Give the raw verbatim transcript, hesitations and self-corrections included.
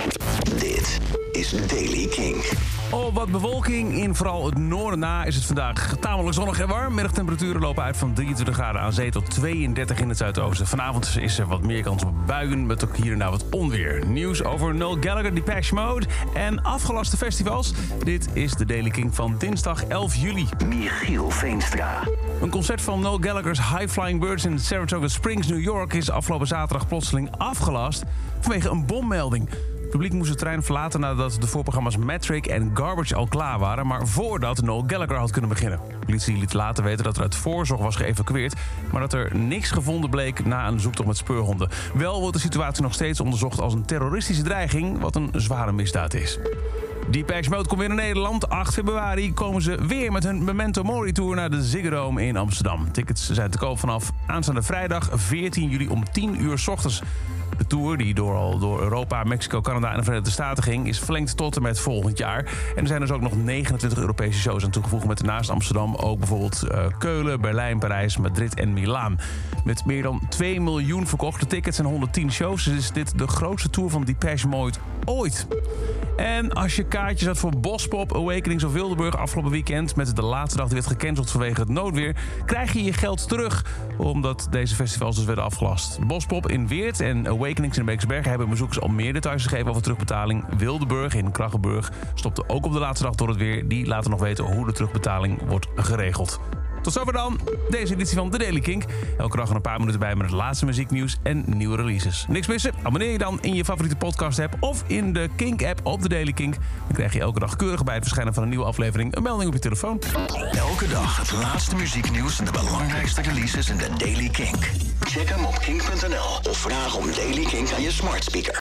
Dit is Daily King. Oh, wat bewolking. In vooral het noorden na is het vandaag tamelijk zonnig en warm. Middagtemperaturen lopen uit van drieëntwintig graden aan zee tot tweeëndertig in het zuidoosten. Vanavond is er wat meer kans op buien met ook hier en daar wat onweer. Nieuws over Noel Gallagher, Depeche Mode en afgelaste festivals. Dit is de Daily King van dinsdag elf juli. Michiel Veenstra. Een concert van Noel Gallagher's High Flying Birds in Saratoga Springs, New York is afgelopen zaterdag plotseling afgelast vanwege een bommelding. Het publiek moest het terrein verlaten nadat de voorprogramma's Metric en Garbage al klaar waren, maar voordat Noel Gallagher had kunnen beginnen. De politie liet later weten dat er uit voorzorg was geëvacueerd, maar dat er niks gevonden bleek na een zoektocht met speurhonden. Wel wordt de situatie nog steeds onderzocht als een terroristische dreiging, wat een zware misdaad is. Depeche Mode komt weer naar Nederland. acht februari komen ze weer met hun Memento Mori Tour naar de Ziggo Dome in Amsterdam. Tickets zijn te koop vanaf aanstaande vrijdag veertien juli om tien uur 's ochtends. De tour, die door, al door Europa, Mexico, Canada en de Verenigde Staten ging, is verlengd tot en met volgend jaar. En er zijn dus ook nog negenentwintig Europese shows aan toegevoegd, met naast Amsterdam ook bijvoorbeeld uh, Keulen, Berlijn, Parijs, Madrid en Milaan. Met meer dan twee miljoen verkochte tickets en honderdtien shows is dit de grootste tour van Depeche Mode ooit. En als je kaartjes had voor Bospop, Awakenings of Wildeburg afgelopen weekend, met de laatste dag die werd gecanceld vanwege het noodweer, krijg je je geld terug, omdat deze festivals dus werden afgelast. Bospop in Weert en Awakenings in Beeksbergen hebben bezoekers al meer details gegeven over terugbetaling. Wildeburg in Krachenburg stopte ook op de laatste dag door het weer. Die laten nog weten hoe de terugbetaling wordt geregeld. Tot zover dan deze editie van The Daily Kink. Elke dag een paar minuten bij met het laatste muzieknieuws en nieuwe releases. Niks missen? Abonneer je dan in je favoriete podcast-app of in de Kink-app op The Daily Kink. Dan krijg je elke dag keurig bij het verschijnen van een nieuwe aflevering een melding op je telefoon. Elke dag het laatste muzieknieuws en de belangrijkste releases in de Daily Kink. Check hem op kink punt n l of vraag om Daily Kink aan je smart speaker.